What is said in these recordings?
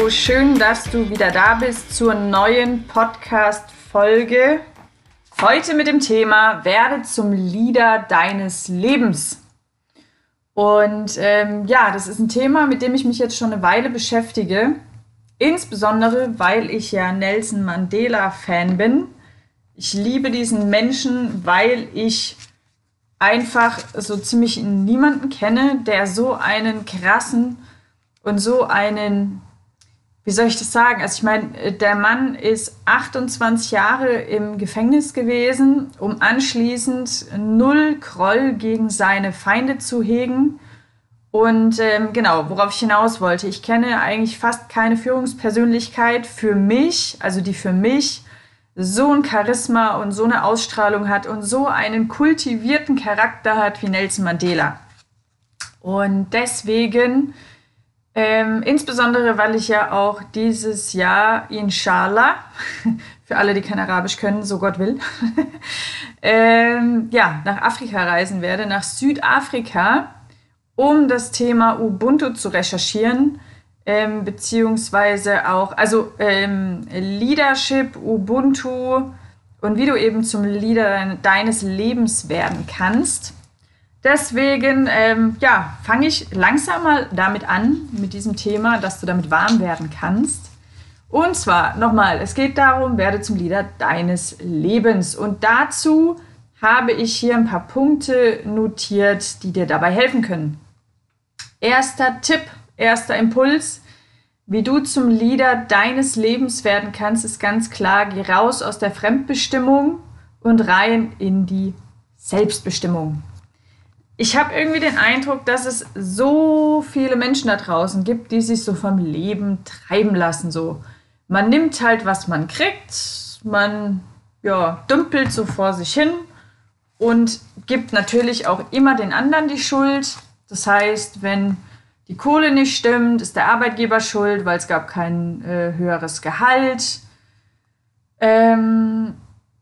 schön, dass du wieder da bist zur neuen Podcast-Folge. Heute mit dem Thema Werde zum Leader deines Lebens. Und das ist ein Thema, mit dem ich mich jetzt schon eine Weile beschäftige. Insbesondere, weil ich ja Nelson Mandela-Fan bin. Ich liebe diesen Menschen, weil ich einfach so ziemlich niemanden kenne, der so einen krassen und so einen, wie soll ich das sagen? Also ich meine, der Mann ist 28 Jahre im Gefängnis gewesen, um anschließend null Groll gegen seine Feinde zu hegen. Und worauf ich hinaus wollte, ich kenne eigentlich fast keine Führungspersönlichkeit für mich, also die für mich so ein Charisma und so eine Ausstrahlung hat und so einen kultivierten Charakter hat wie Nelson Mandela. Und deswegen, insbesondere weil ich ja auch dieses Jahr, Inshallah, für alle, die kein Arabisch können, so Gott will, nach Afrika reisen werde, nach Südafrika, um das Thema Ubuntu zu recherchieren, beziehungsweise auch, Leadership, Ubuntu und wie du eben zum Leader deines Lebens werden kannst. Deswegen, fange ich langsam mal damit an, mit diesem Thema, dass du damit warm werden kannst. Und zwar, nochmal, es geht darum, werde zum Leader deines Lebens. Und dazu habe ich hier ein paar Punkte notiert, die dir dabei helfen können. Erster Tipp, erster Impuls, wie du zum Leader deines Lebens werden kannst, ist ganz klar, geh raus aus der Fremdbestimmung und rein in die Selbstbestimmung. Ich habe irgendwie den Eindruck, dass es so viele Menschen da draußen gibt, die sich so vom Leben treiben lassen. So. Man nimmt halt, was man kriegt, man dümpelt so vor sich hin und gibt natürlich auch immer den anderen die Schuld. Das heißt, wenn die Kohle nicht stimmt, ist der Arbeitgeber schuld, weil es gab kein höheres Gehalt. Egal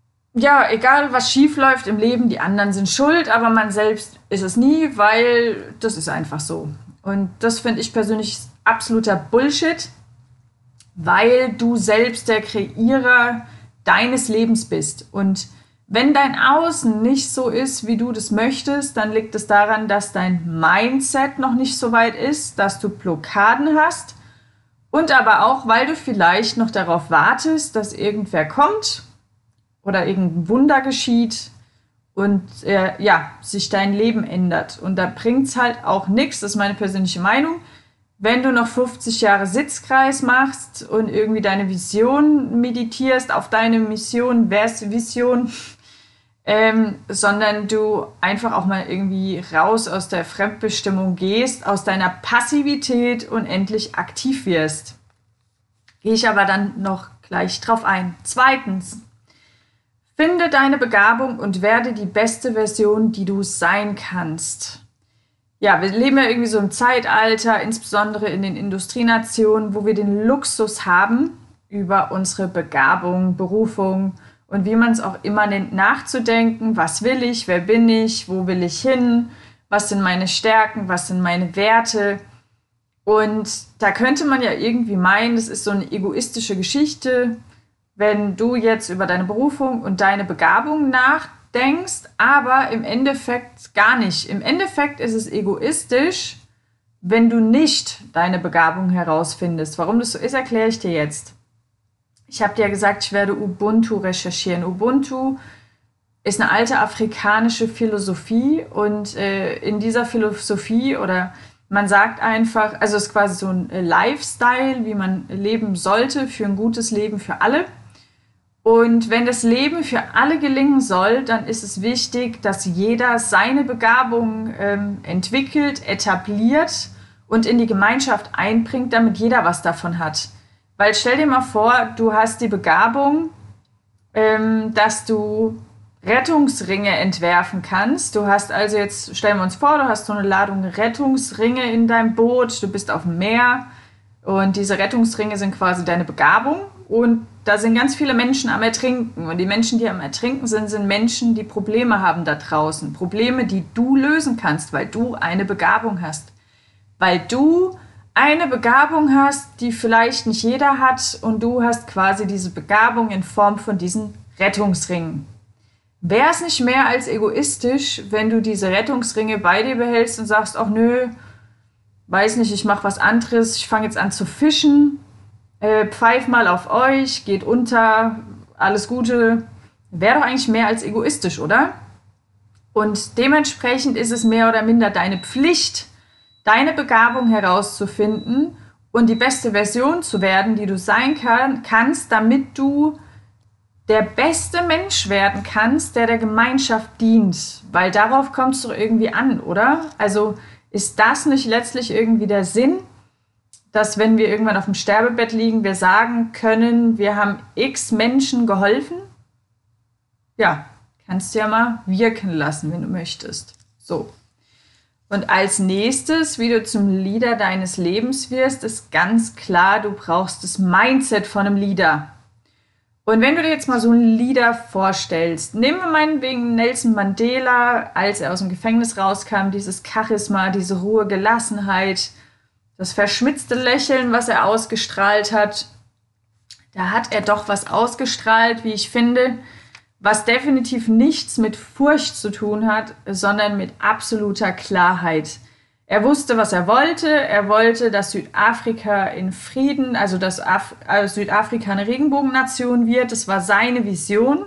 was schief läuft im Leben, die anderen sind schuld, aber man selbst ist es nie, weil das ist einfach so. Und das finde ich persönlich absoluter Bullshit, weil du selbst der Kreierer deines Lebens bist. Und wenn dein Außen nicht so ist, wie du das möchtest, dann liegt es daran, dass dein Mindset noch nicht so weit ist, dass du Blockaden hast und aber auch, weil du vielleicht noch darauf wartest, dass irgendwer kommt oder irgendein Wunder geschieht und sich dein Leben ändert. Und da bringt es halt auch nichts, das ist meine persönliche Meinung, wenn du noch 50 Jahre Sitzkreis machst und irgendwie deine Vision meditierst, auf deine Vision, sondern du einfach auch mal irgendwie raus aus der Fremdbestimmung gehst, aus deiner Passivität und endlich aktiv wirst. Gehe ich aber dann noch gleich drauf ein. Zweitens, finde deine Begabung und werde die beste Version, die du sein kannst. Ja, wir leben ja irgendwie so im Zeitalter, insbesondere in den Industrienationen, wo wir den Luxus haben, über unsere Begabung, Berufung und wie man es auch immer nennt, nachzudenken. Was will ich? Wer bin ich? Wo will ich hin? Was sind meine Stärken? Was sind meine Werte? Und da könnte man ja irgendwie meinen, das ist so eine egoistische Geschichte, wenn du jetzt über deine Berufung und deine Begabung nachdenkst, aber im Endeffekt gar nicht. Im Endeffekt ist es egoistisch, wenn du nicht deine Begabung herausfindest. Warum das so ist, erkläre ich dir jetzt. Ich habe dir ja gesagt, ich werde Ubuntu recherchieren. Ubuntu ist eine alte afrikanische Philosophie und in dieser Philosophie oder man sagt einfach, also es ist quasi so ein Lifestyle, wie man leben sollte für ein gutes Leben für alle. Und wenn das Leben für alle gelingen soll, dann ist es wichtig, dass jeder seine Begabung entwickelt, etabliert und in die Gemeinschaft einbringt, damit jeder was davon hat. Weil stell dir mal vor, du hast die Begabung, dass du Rettungsringe entwerfen kannst. Du hast also jetzt, stellen wir uns vor, du hast so eine Ladung Rettungsringe in deinem Boot, du bist auf dem Meer und diese Rettungsringe sind quasi deine Begabung und da sind ganz viele Menschen am Ertrinken und die Menschen, die am Ertrinken sind, sind Menschen, die Probleme haben da draußen. Probleme, die du lösen kannst, weil du eine Begabung hast. Weil du eine Begabung hast, die vielleicht nicht jeder hat und du hast quasi diese Begabung in Form von diesen Rettungsringen. Wäre es nicht mehr als egoistisch, wenn du diese Rettungsringe bei dir behältst und sagst, ach nö, weiß nicht, ich mache was anderes, ich fange jetzt an zu fischen, pfeif mal auf euch, geht unter, alles Gute. Wäre doch eigentlich mehr als egoistisch, oder? Und dementsprechend ist es mehr oder minder deine Pflicht, deine Begabung herauszufinden und die beste Version zu werden, die du sein kannst, damit du der beste Mensch werden kannst, der der Gemeinschaft dient. Weil darauf kommt es doch irgendwie an, oder? Also ist das nicht letztlich irgendwie der Sinn, dass wenn wir irgendwann auf dem Sterbebett liegen, wir sagen können, wir haben x Menschen geholfen? Ja, kannst du ja mal wirken lassen, wenn du möchtest. So. Und als nächstes, wie du zum Leader deines Lebens wirst, ist ganz klar, du brauchst das Mindset von einem Leader. Und wenn du dir jetzt mal so einen Leader vorstellst, nehmen wir meinetwegen Nelson Mandela, als er aus dem Gefängnis rauskam, dieses Charisma, diese Ruhe, Gelassenheit, das verschmitzte Lächeln, was er ausgestrahlt hat, da hat er doch was ausgestrahlt, wie ich finde, was definitiv nichts mit Furcht zu tun hat, sondern mit absoluter Klarheit. Er wusste, was er wollte. Er wollte, dass Südafrika in Frieden, also dass Südafrika eine Regenbogennation wird. Das war seine Vision.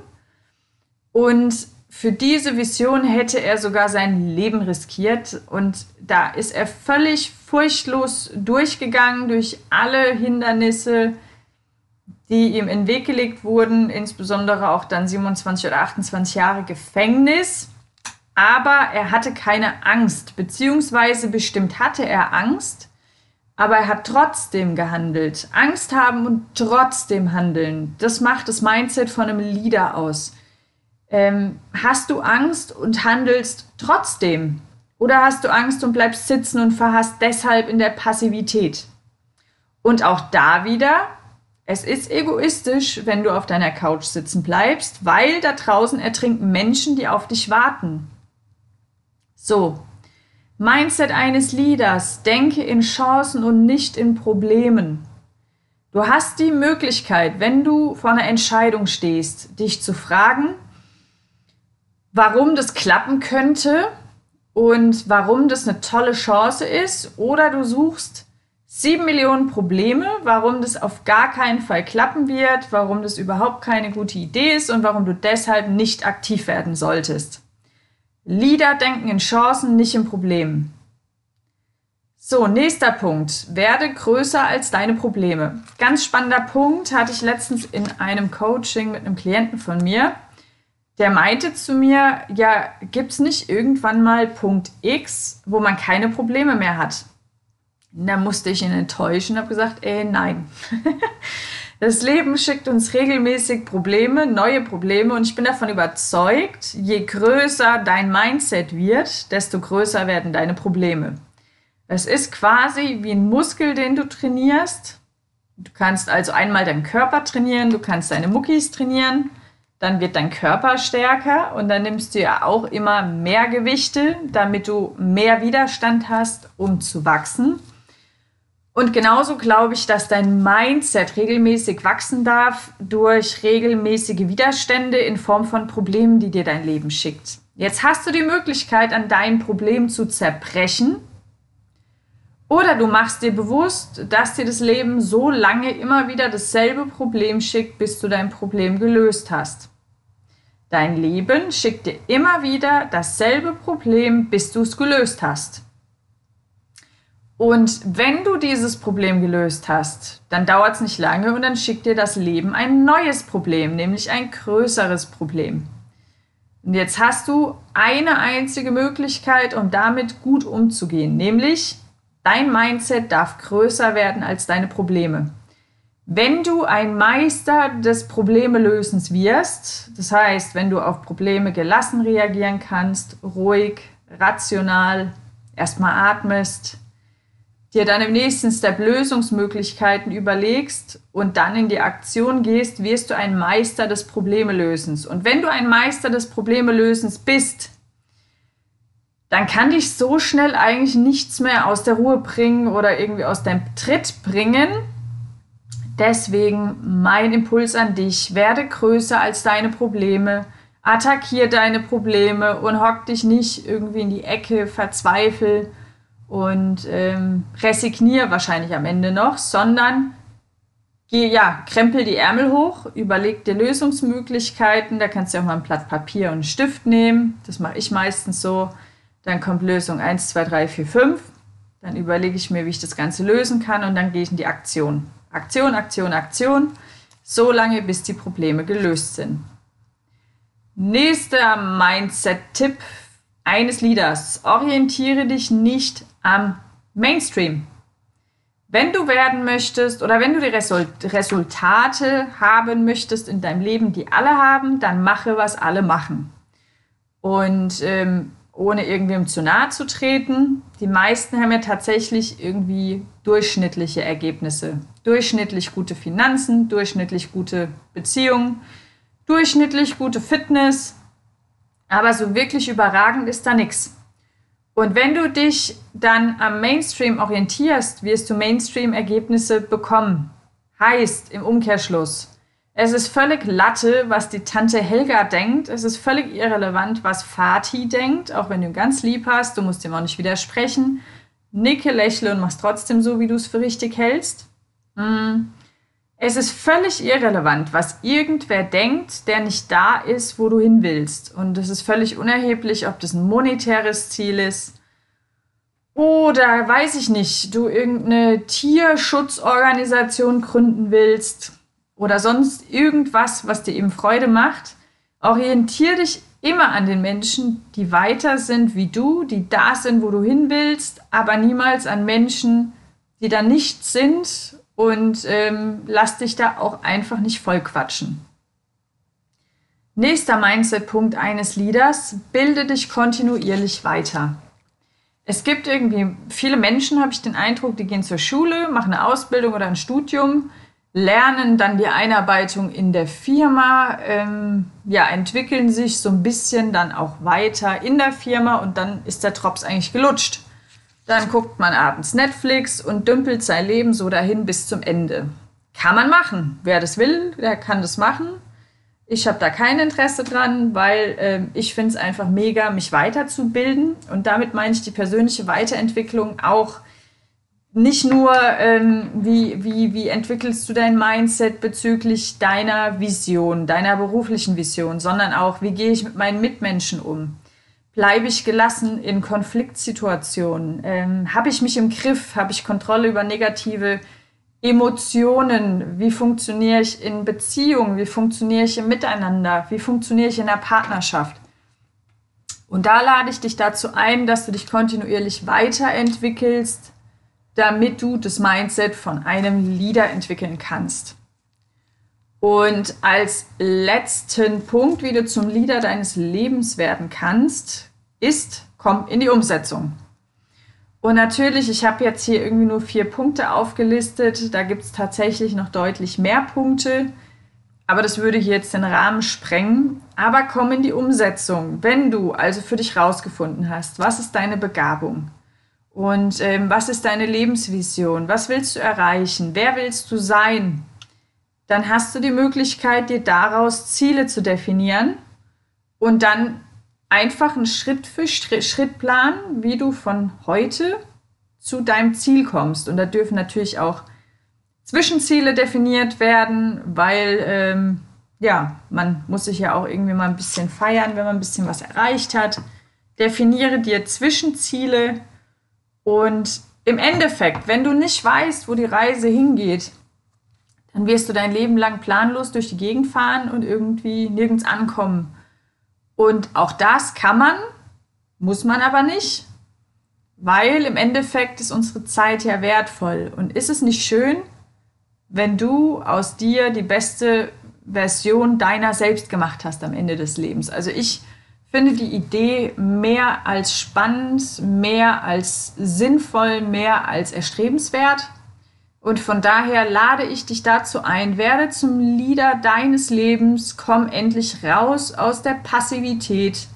Und für diese Vision hätte er sogar sein Leben riskiert. Und da ist er völlig furchtlos durchgegangen durch alle Hindernisse, die ihm in den Weg gelegt wurden, insbesondere auch dann 27 oder 28 Jahre Gefängnis. Aber er hatte keine Angst, beziehungsweise bestimmt hatte er Angst, aber er hat trotzdem gehandelt. Angst haben und trotzdem handeln, das macht das Mindset von einem Leader aus. Hast du Angst und handelst trotzdem? Oder hast du Angst und bleibst sitzen und verharrst deshalb in der Passivität? Und auch da wieder, es ist egoistisch, wenn du auf deiner Couch sitzen bleibst, weil da draußen ertrinken Menschen, die auf dich warten. So, Mindset eines Leaders, denke in Chancen und nicht in Problemen. Du hast die Möglichkeit, wenn du vor einer Entscheidung stehst, dich zu fragen, warum das klappen könnte und warum das eine tolle Chance ist, oder du suchst 7 Millionen Probleme, warum das auf gar keinen Fall klappen wird, warum das überhaupt keine gute Idee ist und warum du deshalb nicht aktiv werden solltest. Leader denken in Chancen, nicht in Problemen. So, nächster Punkt. Werde größer als deine Probleme. Ganz spannender Punkt hatte ich letztens in einem Coaching mit einem Klienten von mir. Der meinte zu mir, ja, gibt es nicht irgendwann mal Punkt X, wo man keine Probleme mehr hat? Und da musste ich ihn enttäuschen und habe gesagt, nein. Das Leben schickt uns regelmäßig Probleme, neue Probleme, und ich bin davon überzeugt, je größer dein Mindset wird, desto größer werden deine Probleme. Es ist quasi wie ein Muskel, den du trainierst. Du kannst also einmal deinen Körper trainieren, du kannst deine Muckis trainieren, dann wird dein Körper stärker und dann nimmst du ja auch immer mehr Gewichte, damit du mehr Widerstand hast, um zu wachsen. Und genauso glaube ich, dass dein Mindset regelmäßig wachsen darf durch regelmäßige Widerstände in Form von Problemen, die dir dein Leben schickt. Jetzt hast du die Möglichkeit, an deinem Problem zu zerbrechen, oder du machst dir bewusst, dass dir das Leben so lange immer wieder dasselbe Problem schickt, bis du dein Problem gelöst hast. Dein Leben schickt dir immer wieder dasselbe Problem, bis du es gelöst hast. Und wenn du dieses Problem gelöst hast, dann dauert es nicht lange und dann schickt dir das Leben ein neues Problem, nämlich ein größeres Problem. Und jetzt hast du eine einzige Möglichkeit, um damit gut umzugehen, nämlich dein Mindset darf größer werden als deine Probleme. Wenn du ein Meister des Problemelösens wirst, das heißt, wenn du auf Probleme gelassen reagieren kannst, ruhig, rational, erstmal atmest, dir dann im nächsten Step Lösungsmöglichkeiten überlegst und dann in die Aktion gehst, wirst du ein Meister des Problemelösens. Und wenn du ein Meister des Problemelösens bist, dann kann dich so schnell eigentlich nichts mehr aus der Ruhe bringen oder irgendwie aus deinem Tritt bringen. Deswegen mein Impuls an dich: Werde größer als deine Probleme, attackier deine Probleme und hock dich nicht irgendwie in die Ecke, verzweifel und resignier wahrscheinlich am Ende noch, sondern krempel die Ärmel hoch, überleg dir Lösungsmöglichkeiten. Da kannst du auch mal ein Blatt Papier und einen Stift nehmen. Das mache ich meistens so. Dann kommt Lösung 1, 2, 3, 4, 5. Dann überlege ich mir, wie ich das Ganze lösen kann und dann gehe ich in die Aktion. Aktion, Aktion, Aktion. So lange, bis die Probleme gelöst sind. Nächster Mindset-Tipp eines Leaders: Orientiere dich nicht am Mainstream. Wenn du werden möchtest oder wenn du die Resultate haben möchtest in deinem Leben, die alle haben, dann mache, was alle machen. Und ohne irgendwem zu nahe zu treten, die meisten haben ja tatsächlich irgendwie durchschnittliche Ergebnisse. Durchschnittlich gute Finanzen, durchschnittlich gute Beziehungen, durchschnittlich gute Fitness, aber so wirklich überragend ist da nichts. Und wenn du dich dann am Mainstream orientierst, wirst du Mainstream-Ergebnisse bekommen. Heißt im Umkehrschluss, es ist völlig Latte, was die Tante Helga denkt. Es ist völlig irrelevant, was Vati denkt, auch wenn du ihn ganz lieb hast. Du musst ihm auch nicht widersprechen. Nicke, lächle und machst trotzdem so, wie du es für richtig hältst. Es ist völlig irrelevant, was irgendwer denkt, der nicht da ist, wo du hin willst. Und es ist völlig unerheblich, ob das ein monetäres Ziel ist oder, weiß ich nicht, du irgendeine Tierschutzorganisation gründen willst oder sonst irgendwas, was dir eben Freude macht. Orientier dich immer an den Menschen, die weiter sind wie du, die da sind, wo du hin willst, aber niemals an Menschen, die da nicht sind. Und lass dich da auch einfach nicht vollquatschen. Nächster Mindset-Punkt eines Leaders: Bilde dich kontinuierlich weiter. Es gibt irgendwie viele Menschen, habe ich den Eindruck, die gehen zur Schule, machen eine Ausbildung oder ein Studium, lernen dann die Einarbeitung in der Firma, entwickeln sich so ein bisschen dann auch weiter in der Firma und dann ist der Drops eigentlich gelutscht. Dann guckt man abends Netflix und dümpelt sein Leben so dahin bis zum Ende. Kann man machen. Wer das will, der kann das machen. Ich habe da kein Interesse dran, weil ich finde es einfach mega, mich weiterzubilden. Und damit meine ich die persönliche Weiterentwicklung auch nicht nur, wie entwickelst du dein Mindset bezüglich deiner Vision, deiner beruflichen Vision, sondern auch, wie gehe ich mit meinen Mitmenschen um? Bleibe ich gelassen in Konfliktsituationen? Habe ich mich im Griff? Habe ich Kontrolle über negative Emotionen? Wie funktioniere ich in Beziehungen? Wie funktioniere ich im Miteinander? Wie funktioniere ich in der Partnerschaft? Und da lade ich dich dazu ein, dass du dich kontinuierlich weiterentwickelst, damit du das Mindset von einem Leader entwickeln kannst. Und als letzten Punkt, wie du zum Leader deines Lebens werden kannst, komm in die Umsetzung. Und natürlich, ich habe jetzt hier irgendwie nur 4 Punkte aufgelistet, da gibt es tatsächlich noch deutlich mehr Punkte, aber das würde hier jetzt den Rahmen sprengen. Aber komm in die Umsetzung, wenn du also für dich rausgefunden hast, was ist deine Begabung und was ist deine Lebensvision, was willst du erreichen, wer willst du sein? Dann hast du die Möglichkeit, dir daraus Ziele zu definieren und dann einfach einen Schritt-für-Schritt-Plan, wie du von heute zu deinem Ziel kommst. Und da dürfen natürlich auch Zwischenziele definiert werden, weil man muss sich ja auch irgendwie mal ein bisschen feiern, wenn man ein bisschen was erreicht hat. Definiere dir Zwischenziele und im Endeffekt, wenn du nicht weißt, wo die Reise hingeht, dann wirst du dein Leben lang planlos durch die Gegend fahren und irgendwie nirgends ankommen. Und auch das kann man, muss man aber nicht, weil im Endeffekt ist unsere Zeit ja wertvoll. Und ist es nicht schön, wenn du aus dir die beste Version deiner selbst gemacht hast am Ende des Lebens? Also ich finde die Idee mehr als spannend, mehr als sinnvoll, mehr als erstrebenswert. Und von daher lade ich dich dazu ein, werde zum Leader deines Lebens, komm endlich raus aus der Passivität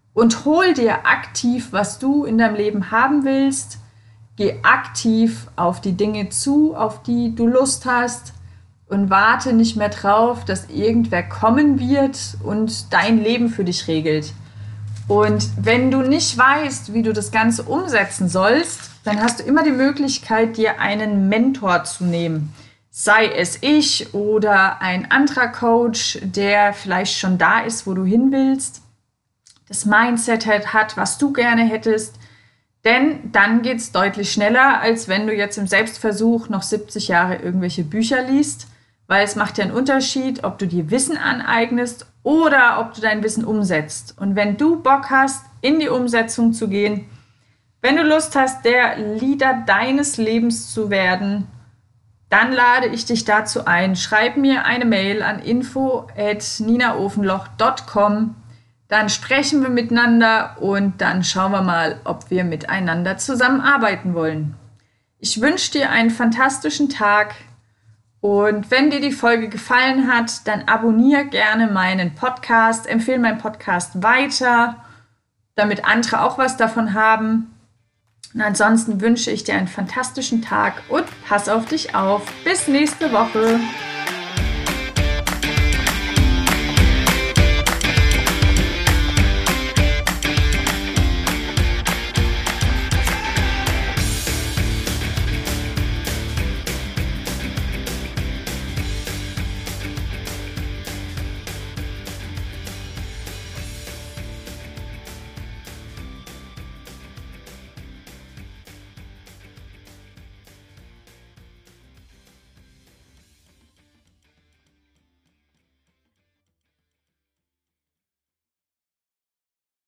und hol dir aktiv, was du in deinem Leben haben willst. Geh aktiv auf die Dinge zu, auf die du Lust hast und warte nicht mehr drauf, dass irgendwer kommen wird und dein Leben für dich regelt. Und wenn du nicht weißt, wie du das Ganze umsetzen sollst, dann hast du immer die Möglichkeit, dir einen Mentor zu nehmen. Sei es ich oder ein anderer Coach, der vielleicht schon da ist, wo du hin willst, das Mindset hat, was du gerne hättest. Denn dann geht es deutlich schneller, als wenn du jetzt im Selbstversuch noch 70 Jahre irgendwelche Bücher liest, weil es macht ja einen Unterschied, ob du dir Wissen aneignest oder ob du dein Wissen umsetzt. Und wenn du Bock hast, in die Umsetzung zu gehen, wenn du Lust hast, der Leader deines Lebens zu werden, dann lade ich dich dazu ein. Schreib mir eine Mail an info@ninaofenloch.com. Dann sprechen wir miteinander und dann schauen wir mal, ob wir miteinander zusammenarbeiten wollen. Ich wünsche dir einen fantastischen Tag und wenn dir die Folge gefallen hat, dann abonniere gerne meinen Podcast, empfehle meinen Podcast weiter, damit andere auch was davon haben. Und ansonsten wünsche ich dir einen fantastischen Tag und pass auf dich auf. Bis nächste Woche.